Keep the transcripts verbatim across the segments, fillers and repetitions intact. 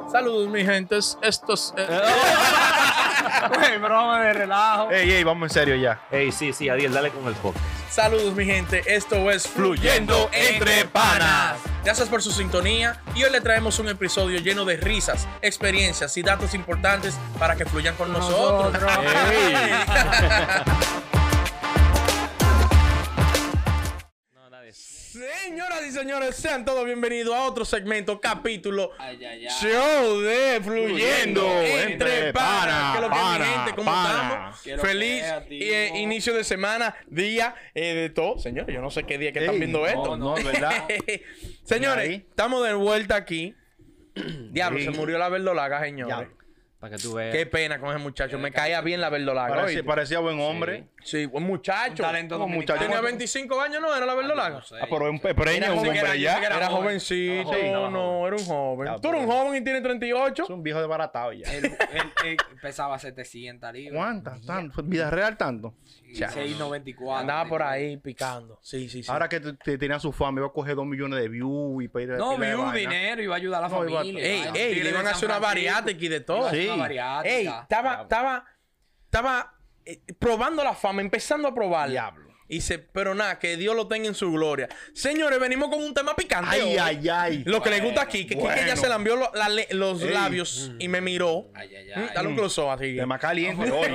Saludos, mi gentes. Estos. Eh... Güey, broma de relajo. Ey, ey, vamos en serio ya. Ey, sí, sí, Adiel, dale con el podcast. Saludos, mi gente. Esto es Fluyendo Entre Panas. Gracias por su sintonía. Y hoy le traemos un episodio lleno de risas, experiencias y datos importantes para que fluyan con nosotros. Nosotros. Señoras y señores, sean todos bienvenidos a otro segmento, capítulo, Ay, ay, ay. show de Fluyendo, Fluyendo Entre Entre Panas. Panas, ¿Qué es lo que es, mi Panas, gente? ¿Cómo Panas. estamos? Quiero Feliz creativo. eh, inicio de semana, día eh, de todo. Señores, yo no sé qué día que están Ey, viendo no, esto. no, es verdad. Señores, Ahí. estamos de vuelta aquí. Diablo, Sí. se murió la verdolaga, señores. Ya. Para que tú veas. Qué pena con ese muchacho. Me caía bien la verdolaga. Parecía, ¿oíste? parecía buen hombre. Sí, buen muchacho. Talento Como dominicano. muchacho. Tenía veinticinco años, ¿no? Era la verdolaga. Ah, pero un pepreño, Era un joven, hombre era- ya. era Era joven. jovencito, Estaba joven, estaba no, era un joven. Ya, Tú eres un pero- joven y tienes treinta y ocho. Es un viejo desbaratado ya. Él, él- él pesaba setecientas libras. ¿Cuántas? ¿Tanto? ¿Vida real tanto? Ya. seis noventa y cuatro. Andaba por ahí picando. Sí, sí, sí. Ahora que te, te tenía su fama, iba a coger dos millones de views y pedir No, pila de vio vaina. dinero, iba a ayudar a la No, iba a- familia. Ey, Vaina. ey, Tigre le iban de a hacer San una Francisco. bariátrica y de Iba a todo. hacer Sí. una bariátrica. Ey, estaba, estaba, estaba eh, probando la fama, empezando a probarla. Diablo. Y se, pero nada, que Dios lo tenga en su gloria. Señores, venimos con un tema picante. Ay, hoy. ay, ay. Lo que le gusta aquí, que bueno. Kike ya se lambió lo- la le- los Ey. labios y me miró. Ay, ay, Mm, ay. Dale un close-up así. Tema caliente, oye.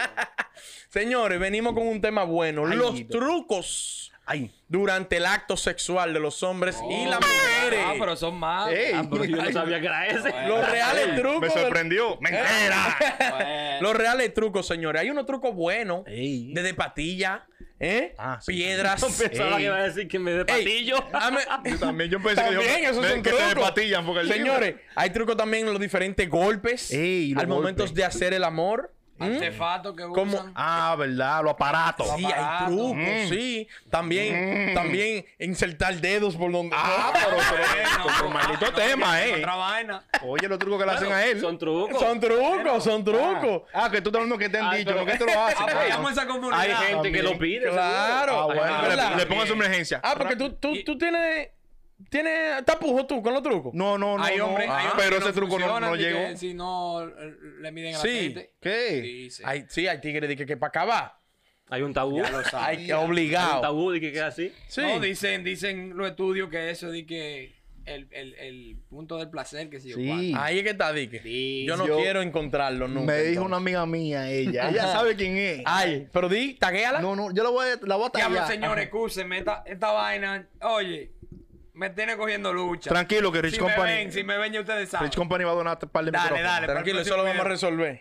Señores, venimos con un tema bueno. Ay, los Dios. trucos Ay. durante el acto sexual de los hombres y las mujeres. Ah, pero son más. Ey. Ah, pero yo no sabía que era ese. Los reales Ey, trucos. Me del- sorprendió. Mentira. Bueno. Los reales trucos, señores. Hay unos trucos buenos. Ey. Desde patilla, ¿eh? Ah, sí. Piedras. Pensaba que iba a decir que me dé Ey, patillo. dame- Yo también, yo pensé También, que, dijo, esos de- son que se trucos. despatillan porque el Señores, hay trucos también en los diferentes golpes. Ey, los al momento golpes. de hacer el amor. ¿Mm? Artefactos que Como- usan. Ah, verdad, los aparatos. Sí, hay aparatos. trucos, Mm. sí. También, Mm. también insertar dedos por donde. Ah, pero, pero, Bueno, pero maldito no, tema, eh. Otra vaina. Oye, los trucos que le hacen a él. Son trucos. Son trucos, son trucos. Ah, que tú estás hablando que te han Ay, dicho, pero- no que te lo hacen. Apoyamos esa comunidad. Hay gente que También. lo pide. Claro. Ah, bueno, Ah, le- ¿verdad? le, pongo su emergencia. Ah, porque tú, tú, tú tienes. Tienes tapujo tú con los trucos. No, no, no. Hay no. hombres, hay Ah, hombres pero que ese truco no, funcionan no y que llegó. Si no eh, le miden el Sí. aceite. ¿Qué? Sí, sí. Hay, sí, hay tigres de que, que para acabar. Hay un tabú. Ya lo Hay sabes. Hay que un obligado. tabú de que queda así. Sí. No, dicen, dicen los estudios que eso de que el, el, el punto del placer, que si yo Sí. cuánto. Ahí es que está, Dique. Sí, Yo no yo- quiero encontrarlo nunca. Me dijo una entonces. amiga mía, ella. Ella sabe quién es. Ay, pero di, taguéala. No, no, yo la voy a, la voy a Diablo, tallar. señor, excúseme, esta, esta vaina, oye, me tiene cogiendo lucha. Tranquilo, que Rich si Company. me ven, si me ven, ya ustedes saben. Rich Company va a donar un par de Dale, micrófonos. dale. Tranquilo, eso lo vamos a resolver.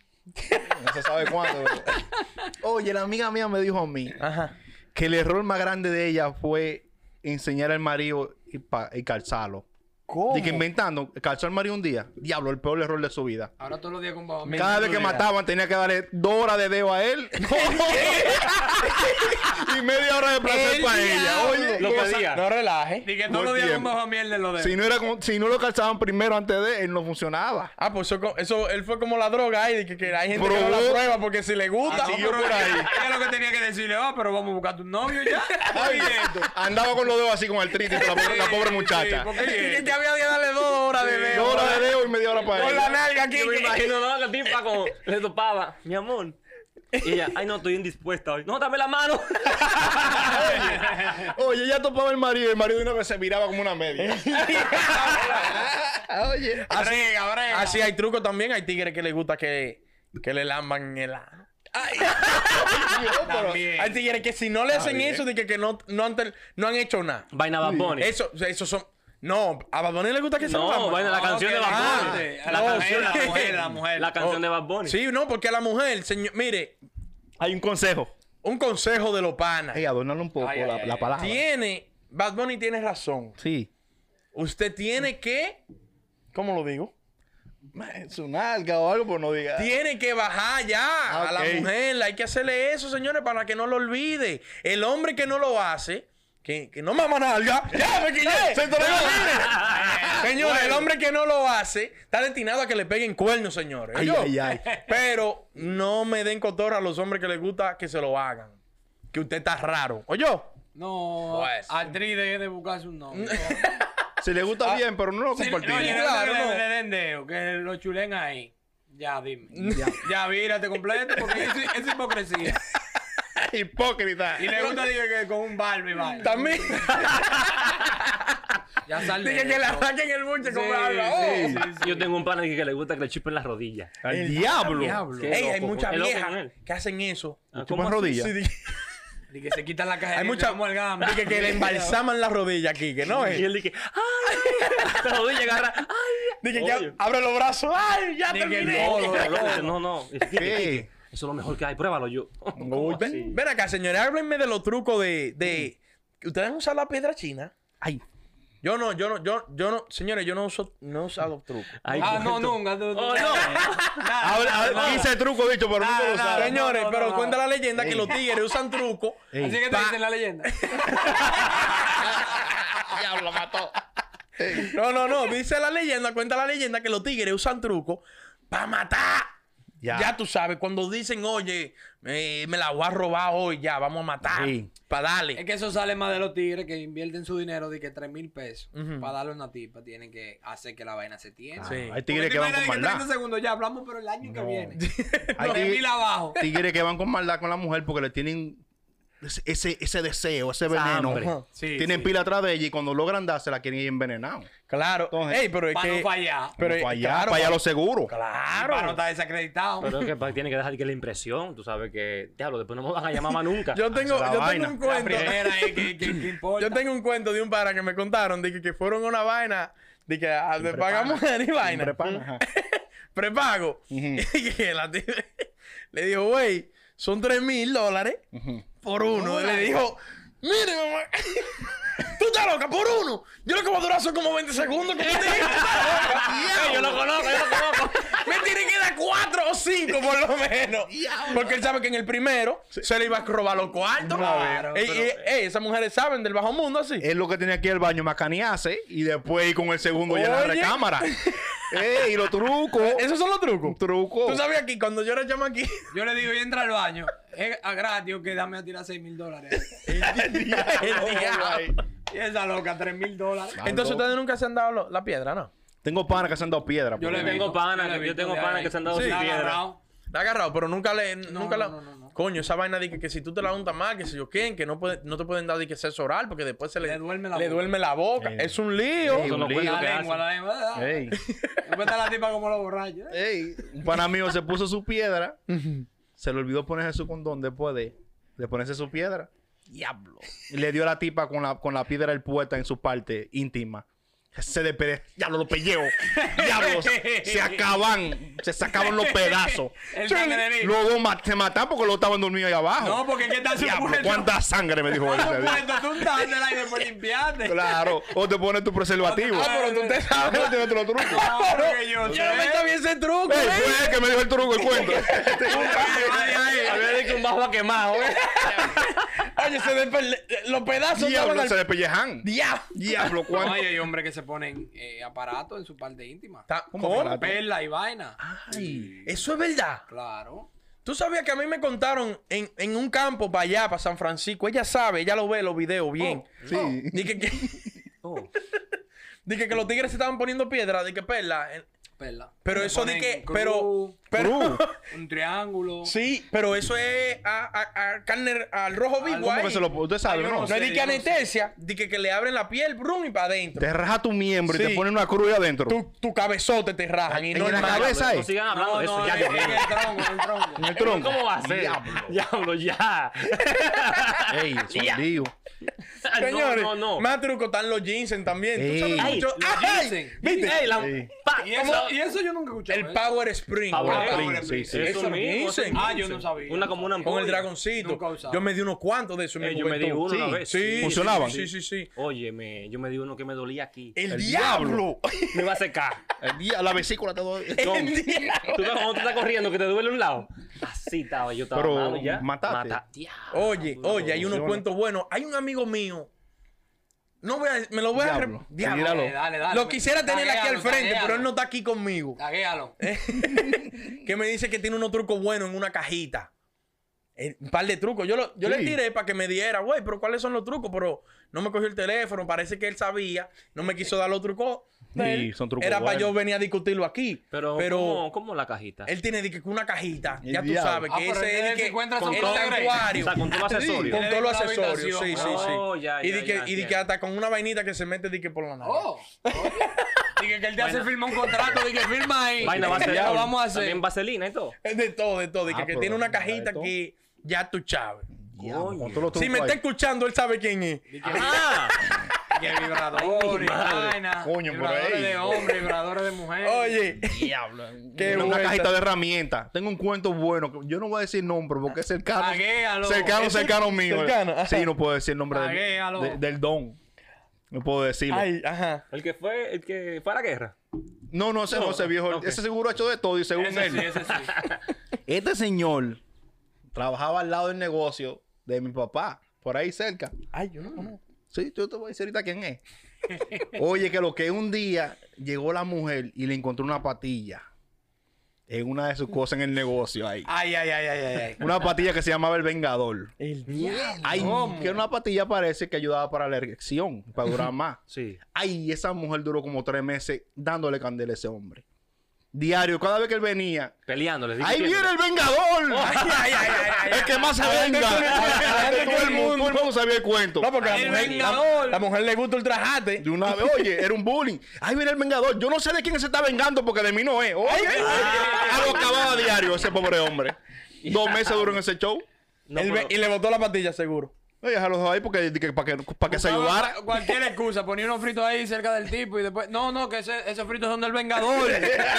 No se sabe cuándo. pero- Oye, la amiga mía me dijo a mí Ajá. que el error más grande de ella fue enseñar al marido y, pa- y calzarlo. ¿Cómo? Y que inventando, calzó al marido un día. Diablo, el peor error de su vida. Ahora todos los días con Baba Cada vez que mataban tenía que darle dos horas de dedo a él y media hora de placer El para ella. diablo. Oye, Lo cosa- pedía. No relaje. Dije todos Buen los días con tiempo. bajo miel de lo de si no, era como- si no lo calzaban primero antes de él, no funcionaba. Ah, pues eso, eso, él fue como la droga ahí, de que, que hay gente que no Probó. la prueba porque si le gusta. Ah, siguió pero por ahí. Ella lo que tenía que decirle, ah, pero vamos a buscar tu novio ya. Ay, andaba con los dedos así con artritis, la pobre, la pobre muchacha. ¿por qué? Que, que había que darle dos horas de dedo. Dos horas de dedo y media hora para Con él. la nalga aquí. Yo me que- imagino, no, la tipa como le topaba. Mi amor. Y ella, ay, no, estoy indispuesta hoy. No, dame la mano. Oye, ella topaba el marido y el marido de una vez se miraba como una media. Oye. Así, Brega, brega. así hay trucos también. Hay tigres que les gusta que, que le lamban el ano. También. Hay tigres que si no le hacen bien. eso, de que, que no, no, han, tel- no han hecho nada. Vaina Bad Bunny. Eso, eso son. No, a Bad Bunny le gusta que se lo No, lamban. vaina, la canción de Bad Ah, Bunny. La, no, mujer, sí. la mujer, la mujer. La canción Oh, de Bad Bunny. Sí, no, porque a la mujer, señor, mire, Hay un consejo. un consejo de los panas. Ey, adornarle un poco Ay, la, ay, la ay. palabra. Tiene, Bad Bunny tiene razón. Sí. Usted tiene que, ¿cómo lo digo? Su nalga o algo, pero no diga. Tiene que bajar ya Ah, a la ok. mujer. Hay que hacerle eso, señores, para que no lo olvide. El hombre que no lo hace, que, que no mama nalga. ¡Ya, me quillé! ¡Se entregó! Señores, el hombre que no lo hace está destinado a que le peguen cuernos, señores. Ay, ¿Oyó? ay, ay. Pero no me den cotorra a los hombres que les gusta que se lo hagan. Que usted está raro. ¿Oyó? No, Pues. actriz de, de buscarse un novio. Si le gusta bien, pero no lo Sí, compartimos. no, yo no Claro, que no. le, le den dedo, que lo chulen ahí. Ya, dime. Ya, ya vírate completo, porque eso es hipocresía. Hipócrita. Y le gusta digo, que con un Barbie, vale. También. Ya sal de Dije que le eso. saquen el buche con Sí, algo. sí, sí, sí. Yo tengo un pana que que le gusta que le chupen las rodillas. ¡Al diablo! Diablo. Qué Ey, hay loco, muchas es loco viejas con él. que hacen eso. Ah, ¿Chupan así? rodillas? Sí, di- Y que se quitan la caja hay muchas que, que le embalsaman la rodilla aquí, que no Y es. él dice, ¡ay! La rodilla agarra, ¡ay! Dije que Oye. abre los brazos. ¡Ay, ya Dije que terminé! no, Loco, loco, dice, no, no. Dice, "Quique, ¿Qué? Quique, eso es lo mejor que hay, pruébalo yo. ¿Cómo Ven, así? ven acá, señores, háblenme de los trucos de, de... ¿Ustedes han usado la piedra china? Ay. Yo no, yo no, yo, yo no, señores, yo no uso, no he usado trucos. Ay, Ah, no, cuento. nunca. tú- tú- Oh, no. Nada, Habla- habla- nada. Hice el truco dicho, pero no Nada, lo nada. sabe. Señores, no, no, pero no. cuenta la leyenda que Ey. los tigres usan trucos. Ey. Así que te Pa- dicen la leyenda. Diablo, mató. No, no, no. Dice la leyenda, cuenta la leyenda que los tigres usan trucos para matar. Ya. Ya. tú sabes, cuando dicen, oye, eh, me la voy a robar hoy, ya, vamos a matar. Sí. Para Es darle. que eso sale más de los tigres que invierten su dinero de que tres mil pesos Ujú. para darle a una tipa. Tienen que hacer que la vaina se tiene. Sí. Hay tigres que van con treinta maldad. segundos ya hablamos, pero el año que No. viene. Hay tres mil tigres- abajo. tigres que van con maldad con la mujer porque le tienen ese, ese, ese deseo, ese veneno. hambre. Ajá. Sí, Tienen sí. pila atrás de ella y cuando logran darse la quieren ir envenenado. Claro. Entonces, Ey, pero es Para que... no fallar. Pero, para allá, claro, para allá lo seguro. Claro. Para no estar desacreditado. Pero es que pa- tiene que dejar que la impresión, tú sabes que, diablo, después no me van a llamar más nunca. Yo tengo, Esa es la yo vaina. tengo un La cuento. primera es que, que, que importa. Yo tengo un cuento de un pana que me contaron de que, que fueron a una vaina de que a, de pagar pana. mujer y vaina. Siempre pana, ajá. Prepago. Ujú. Y que la tía le dijo, güey, son tres mil dólares Ujú. por uno. Y le dijo, mire, mamá, tú estás loca, por uno. Yo lo que voy a durar son como veinte segundos. ¿Cómo te digo? Ey, yo lo conozco, yo lo conozco. Me tiene que dar cuatro o cinco por lo menos. Porque él sabe que en el primero se le iba a robar los cuartos. Claro, Ey, pero- ey, ey, esas mujeres saben del bajo mundo así. Es lo que tenía que ir al baño macanearse y después ir con el segundo ya en la Oye. recámara. Ey, y los trucos. Esos son los trucos. Trucos. Tú sabías que cuando yo era chamaquí. Yo le digo, y entra al baño. Es a gratis que dame a tirar seis mil dólares. El diablo. Y esa loca, tres mil dólares. Entonces ustedes nunca se han dado lo- la piedra, ¿no? Tengo panas que se han dado piedra. Yo por le ahí. vengo tengo pana, yo le yo visto tengo de pana ahí. que se han dado Sí, sin la ha piedra. agarrado. La ha agarrado, pero nunca le. nunca la... no, no, no. Coño, esa vaina de que, que si tú te la untas mal, que si yo quién, que no, puede, no te pueden dar de que sexo oral, porque después se le, Le duerme la le boca. duerme la boca. Ey. Es un lío. Ey, Son los un cuentos La que lengua, hacen. la lengua. ¿verdad? Ey. Después está la tipa como los borrachos. ¿eh? Ey, un pana mío se puso su piedra. Se le olvidó ponerse su condón después de, de ponerse su piedra. Diablo. Y le dio a la tipa con la, con la piedra del puesta en su parte íntima. Se despede. Diablo, los pellejos. Diablos. Se acaban. Se sacaban los pedazos. El sangre Los dos ma- se matan porque los estaban dormidos ahí abajo. No, porque ¿qué tal Diablo, supuesto? cuánta sangre me dijo él. ese día. Supuesto, tú untártela y después limpiarte. Claro. O te pones tu preservativo. Ah, pero tú te sabes. No tiene otro truco. Claro que yo Yo no me sé. sabía ese truco. Ey, ¿eh? fue él que me dijo el truco, el cuento. Había de que un bajo ha quemado, ¿eh? Oye, se despe- los pedazos Diablo, estaban se al- despellejan. Diablo. Diablo, No, cuánto. y hay hombres que se ponen eh, aparatos en su parte íntima. Ta- ¿Cómo ¿Cómo? aparato? Perla y vaina. Ay, eso es verdad. Claro. Tú sabías que a mí me contaron en, en un campo para allá, para San Francisco. Ella sabe, ella lo ve los videos bien. Sí. Dije que, Oh. dije que los tigres se estaban poniendo piedra, de que perla. eh, Perla. Pero Le eso de ponen que. cruz, Pero. pero un triángulo. sí, pero eso es a, a- a carne, al rojo vivo. ¿Cómo ahí. que se lo... Usted sabe, Ay, yo ¿no? no No es de sé, que yo no sé. anestesia, de que, que le abren la piel, brum, y para adentro. Te raja tu miembro y Sí. te ponen una cruz ahí adentro. Tu, tu cabezote te rajan y ¿En no la es malo. cabeza? No sigan hablando No, de eso, no, ya, en, Dios en mío. el tronco, en el tronco. En el tronco. ¿Cómo va a ser? Diablo. Diablo, ya. Ey, son Ya. líos. Señores, no, no, no. más truco están los ginseng también. Tú Ey. sabes Ay, mucho. los ¡Ay! ginseng. ¿Viste? Ey, la... Sí. Pa- Y eso, y eso yo nunca he escuchado. El ¿eh? Power Spring. Power Ah, Spring, Power sí, sí. Eso Eso mismo, ginseng. Ah, yo no sabía. Una como una Con ampolla. el dragoncito. Nunca he usado. Yo me di unos cuantos de eso en Eh, mi yo me di juventud. uno una Sí. vez. Sí, ¿Funcionaban? Sí, sí, sí. Óyeme, yo me di uno que me dolía aquí. El, El diablo. Me iba a secar. El día, la vesícula te doy. El diablo. Tú ves cuando tú estás corriendo que te duele un lado. Así estaba, yo estaba Pero, malo ya. ¿mataste? Mata- Diablo. Oye, oye, hay unos funciona. cuentos buenos. Hay un amigo mío. No voy a, me lo voy a... Diablo. re- Diablo. Míralo. Dale, dale, dale. Lo quisiera tener aquí al Taguéalo, frente, taguéalo. pero él no está aquí conmigo. Taguéalo. Que me dice que tiene unos trucos buenos en una cajita. Eh, un par de trucos. Yo, lo, yo Sí. le tiré para que me diera, güey, pero ¿cuáles son los trucos? Pero no me cogió el teléfono. Parece que él sabía. No me quiso dar los trucos. de Sí, él. son trucos Era para buenos. yo venir a discutirlo aquí. Pero, Pero ¿cómo, cómo la cajita? él tiene de que una cajita. El Ya tú diablo. sabes Ah, que pero ese él es de se que encuentra con su todo el secreto. santuario. O sea, con todos los accesorios. Con todos los Tiene la accesorios. Sí, sí, habitación. sí. Oh, ya, y ya, de que, ya, y de ya. que hasta con una vainita que se mete de que por la nariz. Oh, oye. Dije que él te hace firmar un contrato, dije firma ahí. Vaina Ya vaselina. lo vamos a hacer. También vaselina y todo. Es de todo, de todo. De que, Ah, que pero tiene una mira cajita esto. que ya tú sabes. Diablo, Coño. con todos los Si me trucos está ahí. escuchando, él sabe quién es. Ah, Que vibradores, madre. vaina. Coño, por vibradores ahí. de hombre, vibradores de mujer. Oye, Diablo. Qué una vuelta. cajita de herramientas. Tengo un cuento bueno. que Yo no voy a decir nombre porque es cercano. Taguéalo. Cercano, ¿Eso es cercano mío. cercano? Ajá. Sí, no puedo decir el nombre del, Taguéalo. de- del don. No puedo decirlo. ay, ajá. el que fue, el que fue a la guerra. No, no, ese no, No, ese viejo. ok. Ese seguro ha hecho de todo y según Ese él. sí, ese sí. Este señor trabajaba al lado del negocio de mi papá, por ahí cerca. Ay, yo no conozco. Sí, yo te voy a decir ahorita quién es. Oye, que lo que un día llegó la mujer y le encontró una patilla en una de sus cosas en el negocio ahí. Ay, ay, ay, ay, ay, ay. Una patilla que se llamaba el Vengador. El Ay, ¿Cómo? que una patilla parece que ayudaba para la erección, para durar más. Sí. Ay, esa mujer duró como tres meses dándole candela a ese hombre. Diario, cada vez que él venía. Peleándole. ¡Ahí discutiendo. viene el Vengador! Ay, ay, ay, ay, ay. ¡El que más se Ay, venga! ay, ay, ay, ay, Todo el mundo, todo el mundo sabía el cuento. No, porque a la El mujer, la, Vengador. la mujer le gusta ultrajate. De una vez, oye, era un bullying. Ahí viene el Vengador. Yo no sé de quién se está vengando porque de mí no es. Oye, a lo acababa diario ese pobre hombre. Dos meses duró en ese show. No, Él pero- ve- y le botó la patilla, seguro. Oye, déjalo ahí porque, que- para que, para que se ayudara. Buscaba Cualquier excusa, ponía unos fritos ahí cerca del tipo y después, no, no, que ese- esos fritos son del Vengador.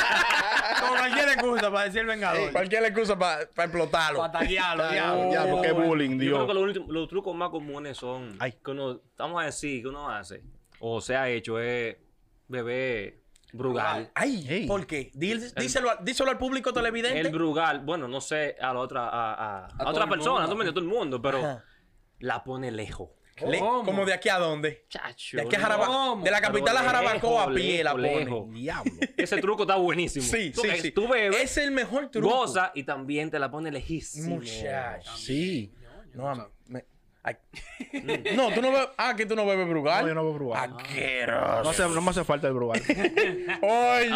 Con cualquier excusa para decir el Vengador. Cualquier excusa para explotarlo. Para taguearlo, diablo. Ya, porque bullying, Yo creo Dios. que los, últimos- los trucos más comunes son Ay. que uno, vamos a decir, que uno hace o se ha hecho es beber brugal. Ay, Ey. ¿por qué? Dí- díselo, al- díselo al público televidente. El brugal, bueno, no sé a la otra, a, a- a todo otra el persona, mundo. no a todo el mundo, pero Ajá. la pone lejos. Le- ¿Cómo? ¿Cómo de aquí a dónde? Chacho. De aquí a no. Jaraba- ¿Cómo? de la capital a Pero Jarabacoa a lejos, pie la lejos, pone. lejos. Diablo. Ese truco está buenísimo. Sí, Tú- sí, eh, sí. Tú bebes, Es el mejor truco. goza y también te la pone lejísimo. Muchacho. Sí. No, a- me- ay. no, tú no bebes. Ah, que tú no bebes brugal. No, yo no bebo brugal. Asqueroso. No, hace- no me hace falta el brugal. Oye.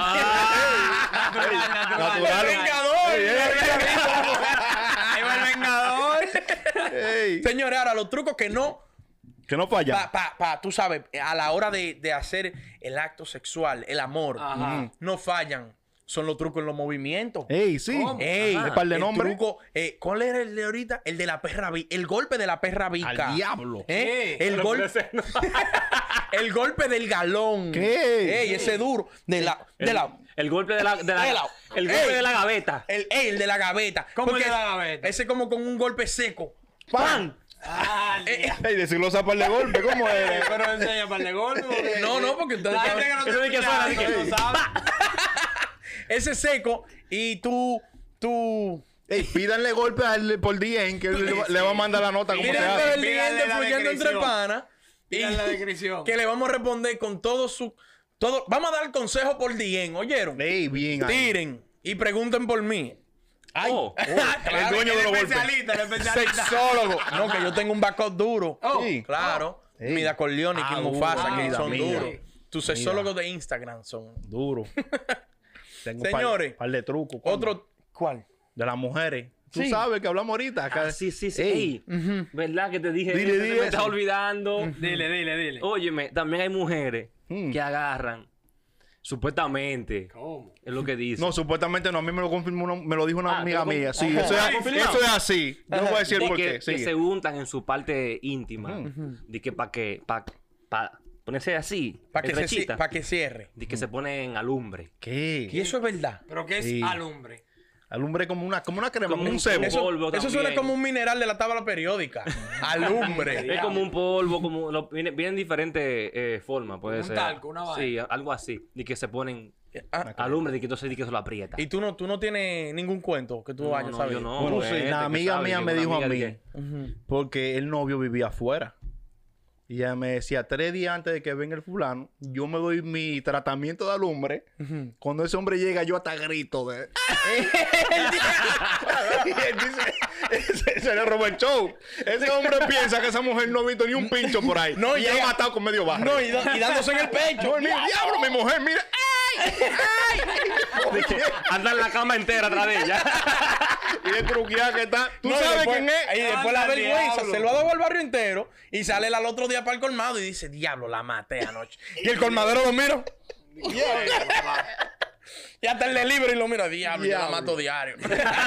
Natural, natural. Natural. ¡El Vengador! Ey, ey, Ahí va el Vengador. Ey, Señores, ahora los trucos que no, que no falla. pa, pa, pa, tú sabes, a la hora de, de hacer el acto sexual, el amor, Ajá. no fallan. Son los trucos en los movimientos. Ey, sí. ¿Cómo? Ey, Hay par de el nombres. truco, eh, ¿cuál era el de ahorita? El de la perra vi- el golpe de la perra vica. Al diablo. ¿Eh? ¿Qué? El, No gol- puede ser, no. el golpe del galón. ¿Qué? Ey, ese duro. De la, de El, la, el golpe de la, de la- de la- el golpe Ey. de la gaveta. el, ey, el de la gaveta. ¿Cómo el Porque de la gaveta? Ese como con un golpe seco. ¡Pam! Ah, Eh, Ey, decirlo zapar de golpe, ¿cómo eh, es? pero enseña para el de gol. porque- No, no, porque ustedes La saben- gente que no Eso está de que suena, escuchando, de que- no sabe. Ese seco y tú, tú... Ey, pídanle golpe a él por D M que él le, va- le va a mandar la nota como se Miren hace. el Pídale diente la fluyendo entre descripción. panas. Y Pídale la descripción. que le vamos a responder con todo su... Todo, vamos a dar consejo por D M, ¿oyeron? Ey, bien ahí. Tiren y pregunten por mí. Ay, Oh. el dueño de los golpes. especialista, el especialista. Sexólogo. No, que yo tengo un backup duro. Oh. Sí. Claro. Ey. Mida Corleone y Ah, Kim duro. Mufasa, Ah, que mira, son mira. duros. Tus sexólogos de Instagram son. Duro. Tengo un Señores, par, par de trucos. coño. Otro... ¿Cuál? De las mujeres. Tú Sí. sabes que hablamos ahorita. acá. Ah, sí, sí, sí. Ey. Ey, ¿verdad que te dije? Dile, eso? dile Se me eso. está olvidando. Dile, dile, dile. Óyeme, también hay mujeres Mm. que agarran, supuestamente, ¿Cómo? es lo que dicen. No, supuestamente no. A mí me lo confirmó, una- me lo dijo una Ah, amiga ¿te lo mía. con- Sí, Ajá. eso ¿Ah, es, confirmado? eso es así. Yo no voy a decir de por que, qué. que Sigue. se untan en su parte íntima. De que para que, para pa ponerse así, Para que, se, estrechita, pa' que cierre. de que se ponen alumbre. ¿Qué? Y eso es verdad. ¿Pero qué es Sí. alumbre? Alumbre como una, como una crema, Como como un un cebo. Eso, polvo eso suena también. como un mineral de la tabla periódica. Alumbre. Es como un polvo, como lo, viene, viene en diferentes eh, formas, puede Un ser. talco, una vaina. Sí, algo así. De que se ponen Ah, alumbre, de que entonces de que eso lo aprieta. y tú no, tú no tienes ningún cuento que tú No, vayas no, a saber. yo no. Bueno, este, sí, la que amiga sabe, mía que me una dijo a amiga mí, de Ujú. porque el novio vivía afuera. Y ella me decía, tres días antes de que venga el fulano, yo me doy mi tratamiento de alumbre. Cuando ese hombre llega, yo hasta grito de... y él dice, se, se le robó el show. Ese hombre piensa que esa mujer no ha visto ni un pincho por ahí. No, y y ha llega- matado con medio barrio. No, y, da- y dándose en el pecho. No, mira, diablo, mi mujer, mira. De que anda en la cama entera atrás de ella. Y de truqueada que está. ¿Tú No, y sabes después- quién es? Y después la Anda, vergüenza, diablo. se lo ha dado al barrio entero y sale él al otro día para el colmado y dice, diablo, la maté anoche. Y el colmadero lo mira. Y hasta el libre y lo mira, diablo, yo la Diablo. mato diario.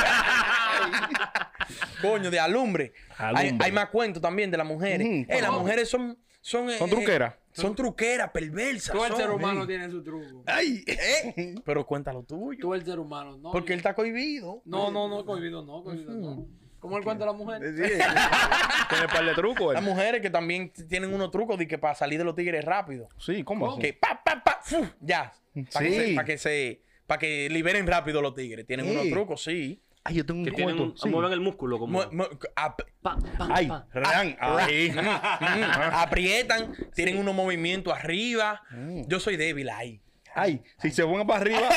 Coño, de alumbre. Hay, Alumbre. hay más cuentos también de las mujeres. Ujú, Eh, las ¿cómo? mujeres son... Son, ¿Son eh, truqueras? Son truqueras, perversas. Todo el son. ser humano tiene su truco. Ay. Eh, Pero cuéntalo tuyo. Todo el ser humano, ¿no? Porque él está cohibido. No, no, no, cohibido no, cohibido no. ¿Cómo él cuenta a la mujer? Tiene un par de trucos. Las él. mujeres que también t- tienen unos trucos de que para salir de los tigres rápido. Sí, ¿cómo así? Que pa, pa, pa, fu, ya. Para que, Sí. se- pa' que se... Para que liberen rápido los tigres. Tienen Sí. unos trucos, sí. Ay, yo tengo un Que tienen cuento. un, sí. mueven el músculo como. Mu- mu- ap- Pa, pa, Ay, pa. Ran. Ay. mm, aprietan, tienen unos movimientos arriba. Mm. Yo soy débil ahí. Ay, si se ponen para arriba.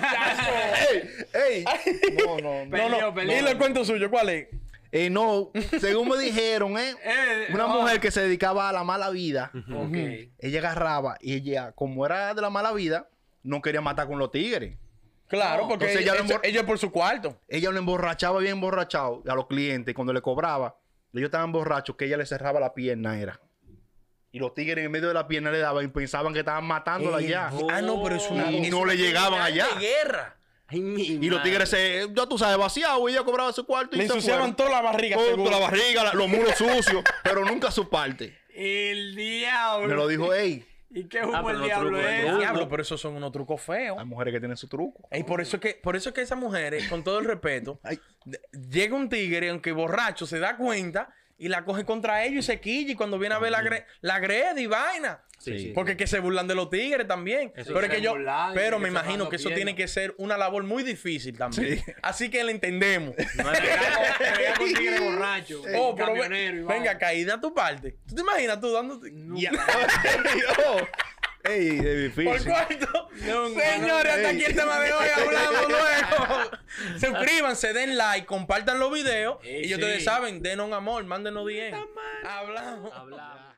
¡Ey! ¡Ey! No, no, no. No, Perdió, no. perdió. Y el cuento suyo, ¿cuál es? Eh, no, según me dijeron, ¿eh? Eh, Una no. mujer que se dedicaba a la mala vida. Ok. Ella agarraba y ella, como era de la mala vida, no quería matar con los tigres. Claro, No, porque entonces ya ella, lo embor- ella es por su cuarto. Ella lo emborrachaba bien emborrachado a los clientes. Y cuando le cobraba, ellos estaban borrachos, que ella le cerraba la pierna, era. Y los tigres en medio de la pierna le daban y pensaban que estaban matándola Eh, ya. Ah, no, pero es una... Y es no una le llegaban señal allá. de guerra. Ay, mi Y los madre. tigres se, ya tú sabes, vaciado. Y ella cobraba su cuarto y Le se ensuciaban fueron. toda la barriga. Todo, seguro. la barriga, la- los muros sucios, pero nunca su parte. El diablo. Me lo dijo, ey, ¿Y qué Ah, humo pero el los diablo trucos de es? truco. Diablo, pero esos son unos trucos feos. hay mujeres que tienen su truco. Y por eso es que, por eso es que esas mujeres, con todo el respeto, Ay. de- llega un tigre, aunque borracho, se da cuenta y la coge contra ellos y se quilla. Y cuando viene a ver la, agre- la agrede y vaina. Sí, sí. Porque que se burlan de los tigres también. Eso pero sí, es que se yo, burlan, pero y me que imagino sacando que eso pierna. tiene que ser una labor muy difícil también. Así que le entendemos. No es Pega con tigre borracho. Oh, pero ve- camionero y venga, vaina. caída tu parte. ¿Tú te imaginas tú dándote? Ya. Oh, ey, es Por difícil. cuarto. No, Señores, hasta ey. aquí el tema de hoy. Hablamos luego. Suscríbanse, den like, compartan los videos. Ey, y ustedes sí. saben, denos amor, mándenos bien. Hablamos. Hablar.